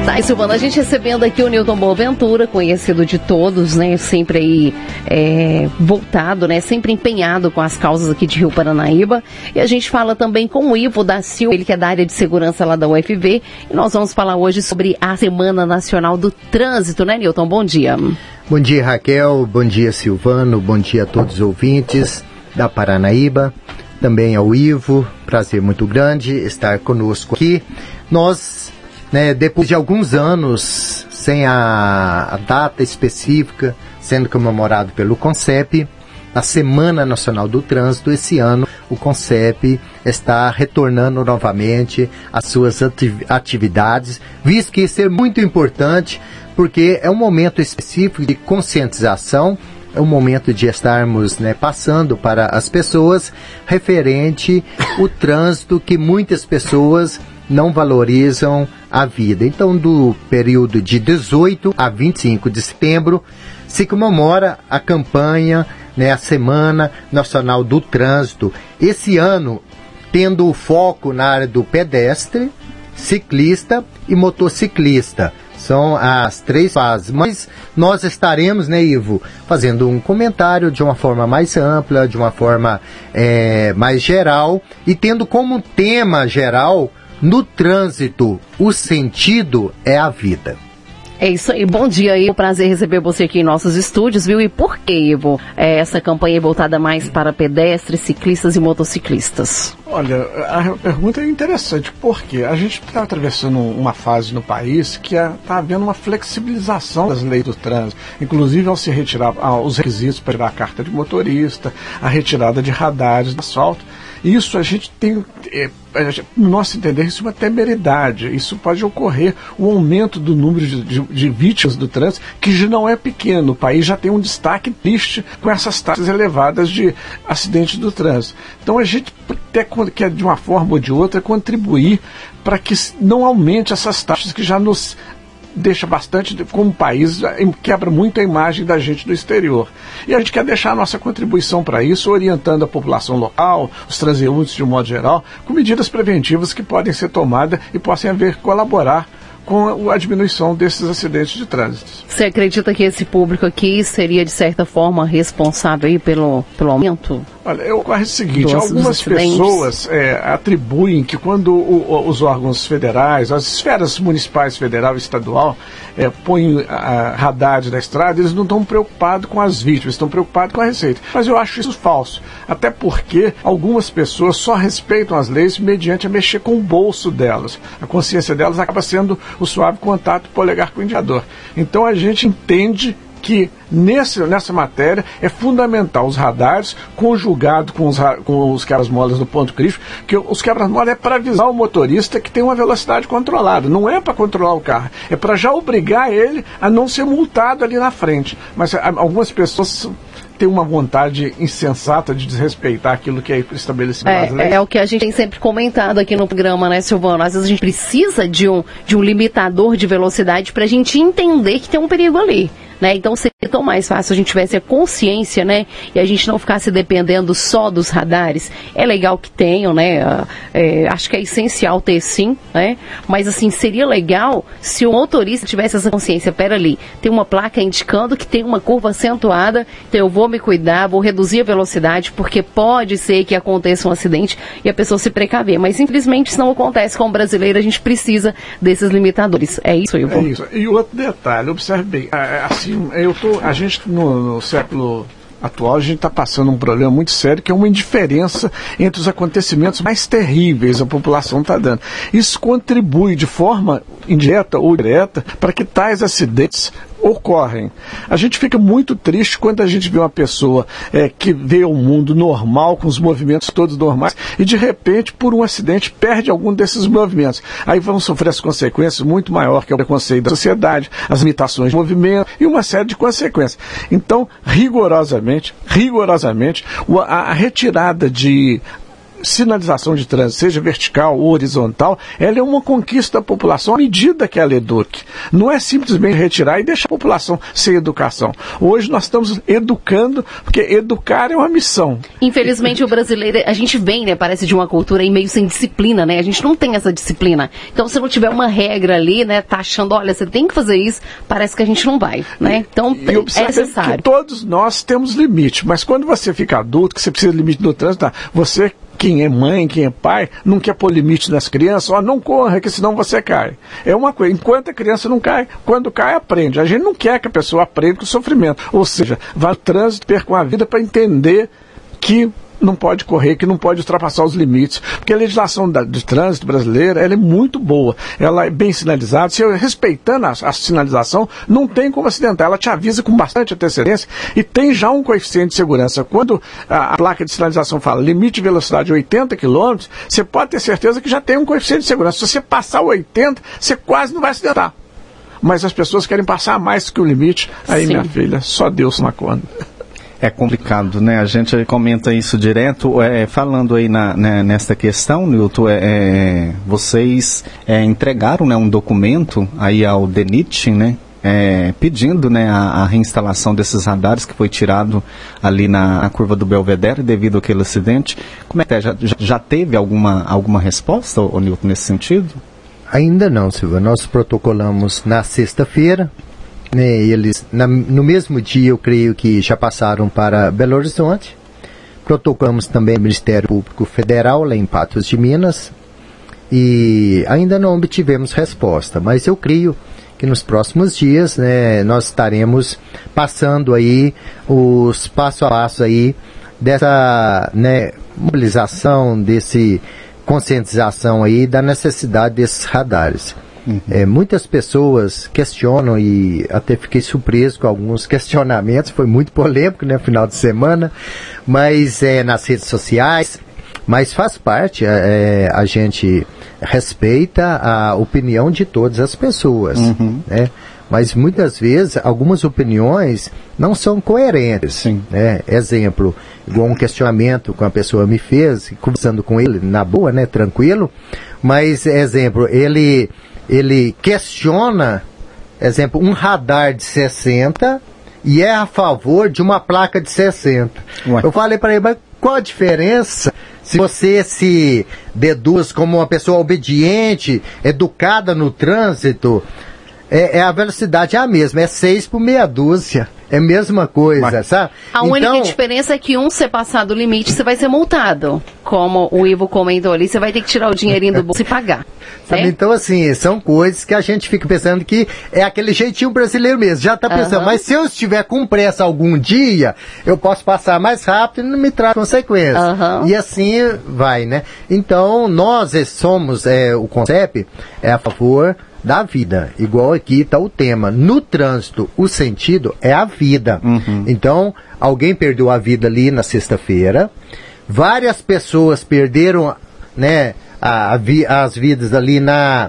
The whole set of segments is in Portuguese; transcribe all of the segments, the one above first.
Tá, e Silvana, a gente recebendo aqui o Newton Boaventura, conhecido de todos, né, sempre aí voltado, né, sempre empenhado com as causas aqui de Rio Paranaíba, e a gente fala também com o Ivo da Silva, ele que é da área de segurança lá da UFV, e nós vamos falar hoje sobre a Semana Nacional do Trânsito, né, Newton? Bom dia. Bom dia, Raquel, bom dia, Silvano, bom dia a todos os ouvintes da Paranaíba, também ao Ivo, prazer muito grande estar conosco aqui. Nós, depois de alguns anos sem a data específica sendo comemorado pelo CONCEP, a Semana Nacional do Trânsito, esse ano o CONCEP está retornando novamente às suas atividades, visto que isso é muito importante, porque é um momento específico de conscientização, é um momento de estarmos passando para as pessoas referente o trânsito que muitas pessoas não valorizam a vida. Então, do período de 18 a 25 de setembro, se comemora a campanha, a Semana Nacional do Trânsito. Esse ano, tendo o foco na área do pedestre, ciclista e motociclista. São as três fases, mas nós estaremos, Ivo, fazendo um comentário de uma forma mais ampla, de uma forma mais geral, e tendo como tema geral, no trânsito, o sentido é a vida. É isso aí, bom dia, Ivo, prazer receber você aqui em nossos estúdios, viu? E por que, Ivo, essa campanha é voltada mais para pedestres, ciclistas e motociclistas? Olha, a pergunta é interessante, porque a gente está atravessando uma fase no país que está havendo uma flexibilização das leis do trânsito, inclusive ao se retirar os requisitos para tirar a carta de motorista, a retirada de radares do asfalto. Isso a gente tem, no nosso entender, isso é uma temeridade. Isso pode ocorrer um aumento do número de vítimas do trânsito, que já não é pequeno. O país já tem um destaque triste com essas taxas elevadas de acidentes do trânsito. Então a gente quer, de uma forma ou de outra, contribuir para que não aumente essas taxas que já nos deixa bastante, como país, quebra muito a imagem da gente do exterior. E a gente quer deixar a nossa contribuição para isso, orientando a população local, os transeuntes de um modo geral, com medidas preventivas que podem ser tomadas e possam colaborar com a diminuição desses acidentes de trânsito. Você acredita que esse público aqui seria, de certa forma, responsável aí pelo aumento? Olha, eu acho o seguinte, algumas pessoas atribuem que quando os órgãos federais, as esferas municipais, federal e estadual, põem radares na estrada, eles não estão preocupados com as vítimas, estão preocupados com a receita. Mas eu acho isso falso, até porque algumas pessoas só respeitam as leis mediante a mexer com o bolso delas. A consciência delas acaba sendo o suave contato polegar com o indicador. Então a gente entende que nessa matéria é fundamental os radares, conjugado com os quebra-molas do ponto crítico, que os quebra-molas é para avisar o motorista que tem uma velocidade controlada, não é para controlar o carro, é para já obrigar ele a não ser multado ali na frente. Mas algumas pessoas tem uma vontade insensata de desrespeitar aquilo que é estabelecido nas leis. É o que a gente tem sempre comentado aqui no programa, né, Silvano? Às vezes a gente precisa de um limitador de velocidade para a gente entender que tem um perigo ali, né? Então seria tão mais fácil se a gente tivesse a consciência, né? E a gente não ficasse dependendo só dos radares. É legal que tenham, né? Acho que é essencial ter sim, né? Mas assim, seria legal se o motorista tivesse essa consciência. Pera ali, tem uma placa indicando que tem uma curva acentuada, então eu vou me cuidar, vou reduzir a velocidade, porque pode ser que aconteça um acidente e a pessoa se precaver. Mas infelizmente isso não acontece com o brasileiro, a gente precisa desses limitadores. É isso, Ivo? É isso. E outro detalhe, observe bem, assim, a gente no século atual, a gente está passando um problema muito sério, que é uma indiferença entre os acontecimentos mais terríveis que a população está dando. Isso contribui de forma indireta ou direta para que tais acidentes ocorrem. A gente fica muito triste quando a gente vê uma pessoa que vê o mundo normal, com os movimentos todos normais, e de repente, por um acidente, perde algum desses movimentos. Aí vão sofrer as consequências muito maiores, que é o preconceito da sociedade, as limitações de movimento e uma série de consequências. Então, rigorosamente, a retirada de sinalização de trânsito, seja vertical ou horizontal, ela é uma conquista da população à medida que ela eduque. Não é simplesmente retirar e deixar a população sem educação. Hoje nós estamos educando, porque educar é uma missão. Infelizmente o brasileiro, a gente vem, né, parece de uma cultura aí meio sem disciplina, né? A gente não tem essa disciplina. Então se não tiver uma regra ali, né, tá achando, olha, você tem que fazer isso, parece que a gente não vai, né? Então é necessário. Que todos nós temos limite, mas quando você fica adulto, que você precisa de limite no trânsito, você, quem é mãe, quem é pai, não quer pôr limite nas crianças, ó, não corra, que senão você cai. É uma coisa, enquanto a criança não cai, quando cai, aprende. A gente não quer que a pessoa aprenda com o sofrimento. Ou seja, vá ao trânsito, perca uma vida para entender que não pode correr, que não pode ultrapassar os limites, porque a legislação de trânsito brasileira, ela é muito boa, ela é bem sinalizada, se eu respeitando a sinalização, não tem como acidentar, ela te avisa com bastante antecedência e tem já um coeficiente de segurança. Quando a placa de sinalização fala limite de velocidade 80 km, você pode ter certeza que já tem um coeficiente de segurança. Se você passar o 80, você quase não vai acidentar. Mas as pessoas querem passar mais que o limite, aí Sim. minha filha, só Deus na conta. É complicado, né? A gente comenta isso direto, falando aí nesta questão, Nilton, vocês entregaram, né, um documento aí ao DENIT, né? Pedindo, né, a reinstalação desses radares que foi tirado ali na curva do Belvedere devido àquele acidente. Como é que já teve alguma resposta, Nilton, nesse sentido? Ainda não, Silva. Nós protocolamos na sexta-feira. Né, eles, no mesmo dia, eu creio que já passaram para Belo Horizonte. Protocolamos também o Ministério Público Federal, lá em Patos de Minas. E ainda não obtivemos resposta, mas eu creio que nos próximos dias, né, nós estaremos passando aí os passo a passo aí dessa, né, mobilização, desse conscientização aí da necessidade desses radares. Muitas pessoas questionam e até fiquei surpreso com alguns questionamentos, foi muito polêmico, né, final de semana, mas nas redes sociais, mas faz parte, a gente respeita a opinião de todas as pessoas, né? Mas muitas vezes algumas opiniões não são coerentes. Né? Exemplo, igual um questionamento que uma pessoa me fez, conversando com ele na boa, né, tranquilo, mas exemplo, ele questiona, exemplo, um radar de 60 e é a favor de uma placa de 60. Ué. Eu falei para ele, mas qual a diferença se você se deduz como uma pessoa obediente, educada no trânsito? A velocidade é a mesma, é 6 por meia dúzia. É a mesma coisa, sabe? A única diferença é que se passar do limite, você vai ser multado. Como o Ivo comentou ali, você vai ter que tirar o dinheirinho do bolso e pagar. Sabe? Então, assim, são coisas que a gente fica pensando que é aquele jeitinho brasileiro mesmo. Já tá pensando, mas se eu estiver com pressa algum dia, eu posso passar mais rápido e não me traz consequências. E assim vai, né? Então, nós somos, o CONCEP é a favor da vida, igual aqui está o tema. No trânsito, o sentido é a vida. Então, alguém perdeu a vida ali na sexta-feira, várias pessoas perderam, né, as vidas ali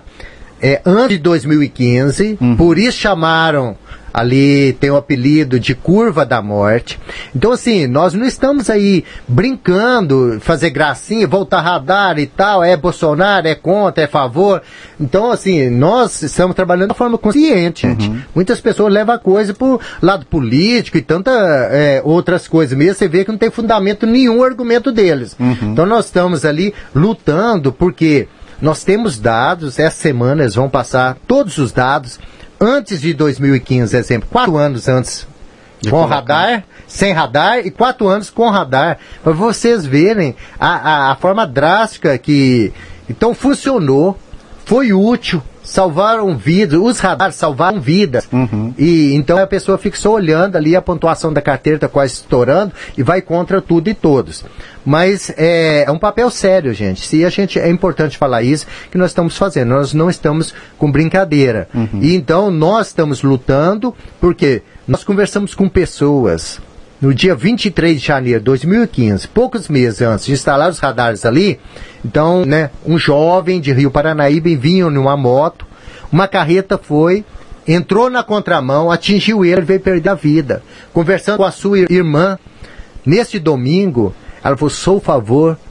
antes de 2015, por isso chamaram ali, tem o apelido de curva da morte. Então, assim, nós não estamos aí brincando, fazer gracinha, voltar radar e tal, é Bolsonaro, é contra, é a favor. Então, assim, nós estamos trabalhando de forma consciente, gente. Muitas pessoas levam a coisa pro lado político e tantas outras coisas mesmo, você vê que não tem fundamento nenhum o argumento deles. Então, nós estamos ali lutando, porque nós temos dados, essa semana eles vão passar todos os dados. Antes de 2015, exemplo, 4 anos antes com radar, sem radar, e 4 anos com radar, para vocês verem a forma drástica que... Então funcionou, foi útil, salvaram vidas, os radares salvaram vidas. E então a pessoa fica só olhando ali, a pontuação da carteira está quase estourando e vai contra tudo e todos. Mas é um papel sério, gente. Se a gente, é importante falar isso, que nós estamos fazendo. Nós não estamos com brincadeira. E então nós estamos lutando, porque nós conversamos com pessoas no dia 23 de janeiro de 2015, poucos meses antes de instalar os radares ali. Então, né, um jovem de Rio Paranaíba vinha numa moto, uma carreta entrou na contramão, atingiu ele e veio perder a vida. Conversando com a sua irmã, neste domingo, ela falou, sou a favor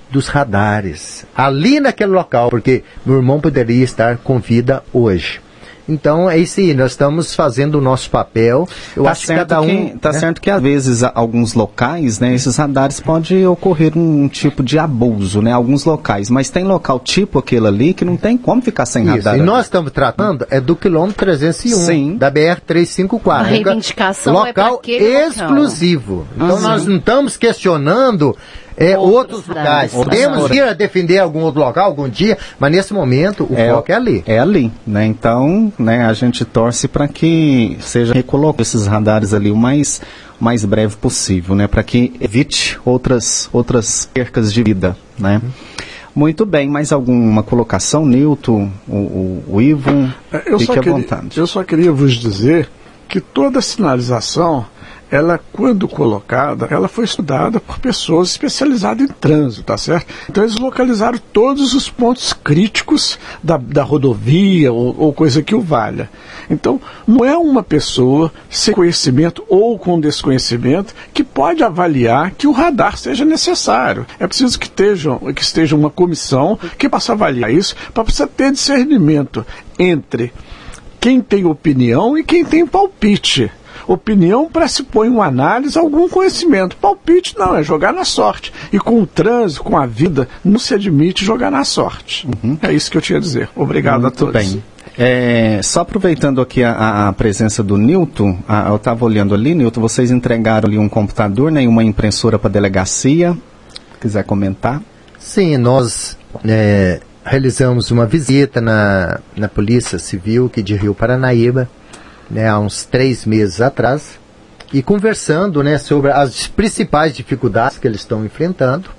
dos radares, ali naquele local, porque meu irmão poderia estar com vida hoje. Então é isso aí, nós estamos fazendo o nosso papel. Eu acho que cada um... Tá certo que às vezes alguns locais, né, esses radares pode ocorrer um tipo de abuso, né, alguns locais, mas tem local tipo aquele ali que não tem como ficar sem radar. E nós estamos tratando do quilômetro 301, sim, da BR-354. A reivindicação local exclusivo. Local. Então nós não estamos questionando outros locais. Podemos ir a defender algum outro local algum dia, mas nesse momento o foco é ali. É ali, né? Então, né, a gente torce para que seja recolocado esses radares ali o mais breve possível, né? Para que evite outras percas de vida, né? Muito bem, mais alguma colocação, Nilton, o Ivo? Fique à vontade. Eu só queria vos dizer que toda sinalização, ela, quando colocada, ela foi estudada por pessoas especializadas em trânsito, tá certo? Então eles localizaram todos os pontos críticos da rodovia ou coisa que o valha. Então, não é uma pessoa sem conhecimento ou com desconhecimento que pode avaliar que o radar seja necessário. É preciso que esteja uma comissão que possa avaliar isso, para você ter discernimento entre quem tem opinião e quem tem palpite. Opinião pressupõe uma análise, algum conhecimento. Palpite não, é jogar na sorte. E com o trânsito, com a vida, não se admite jogar na sorte. É isso que eu tinha a dizer. Obrigado a todos. Muito bem. Só aproveitando aqui a presença do Nilton, eu estava olhando ali, Nilton, vocês entregaram ali um computador, né, e uma impressora para a delegacia. Quiser comentar? Sim, nós realizamos uma visita na Polícia Civil aqui de Rio Paranaíba, né, há uns 3 meses atrás, e conversando, né, sobre as principais dificuldades que eles estão enfrentando,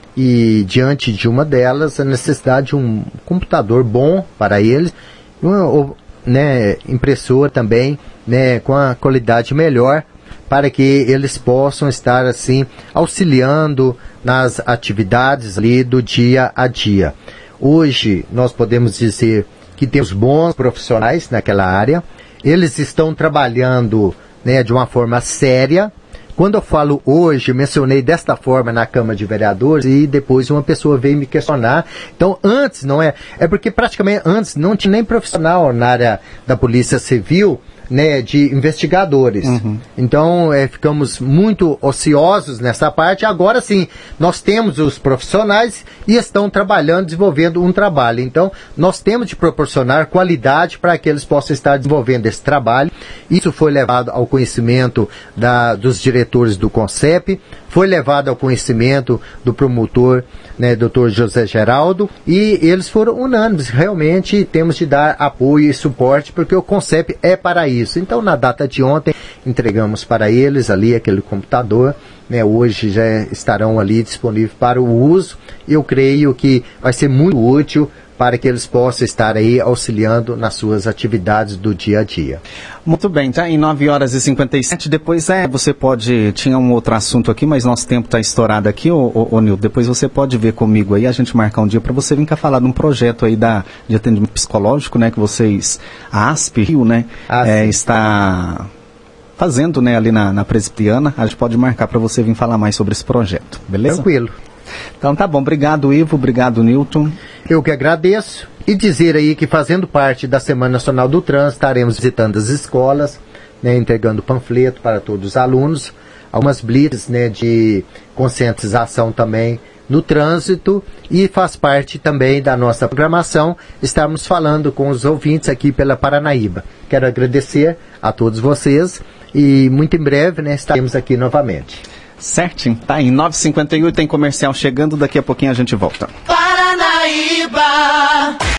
e diante de uma delas, a necessidade de um computador bom para eles, uma impressora também, né, com a qualidade melhor, para que eles possam estar assim auxiliando nas atividades ali do dia a dia. Hoje nós podemos dizer que temos bons profissionais naquela área. Eles estão trabalhando, né, de uma forma séria. Quando eu falo hoje, mencionei desta forma na Câmara de Vereadores e depois uma pessoa veio me questionar. Então, antes, não é porque praticamente antes não tinha nem profissional na área da Polícia Civil, né, de investigadores. Então, ficamos muito ociosos nessa parte. Agora sim, nós temos os profissionais e estão trabalhando, desenvolvendo um trabalho. Então, nós temos de proporcionar qualidade para que eles possam estar desenvolvendo esse trabalho. Isso foi levado ao conhecimento dos diretores do CONCEP, foi levado ao conhecimento do promotor, né, Dr. José Geraldo, e eles foram unânimes. Realmente temos de dar apoio e suporte, porque o CONCEP é para isso. Então, na data de ontem, entregamos para eles ali aquele computador, né, hoje já estarão ali disponíveis para o uso. Eu creio que vai ser muito útil para que eles possam estar aí auxiliando nas suas atividades do dia a dia. Muito bem, tá? Em 9h57, depois você pode, tinha um outro assunto aqui, mas nosso tempo está estourado aqui, ô Nilton, depois você pode ver comigo aí, a gente marcar um dia para você vir cá falar de um projeto aí de atendimento psicológico, né, que vocês, a ASP Rio, né, está fazendo, né, ali na Presbiteriana. A gente pode marcar para você vir falar mais sobre esse projeto, beleza? Tranquilo. Então tá bom, obrigado Ivo, obrigado Nilton. Eu que agradeço e dizer aí que fazendo parte da Semana Nacional do Trânsito, estaremos visitando as escolas, né, entregando panfleto para todos os alunos, algumas blitz, né, de conscientização também no trânsito, e faz parte também da nossa programação estarmos falando com os ouvintes aqui pela Paranaíba. Quero agradecer a todos vocês e muito em breve, né, estaremos aqui novamente. Certinho, tá aí, 9h58, tem comercial chegando, daqui a pouquinho a gente volta. Paranaíba!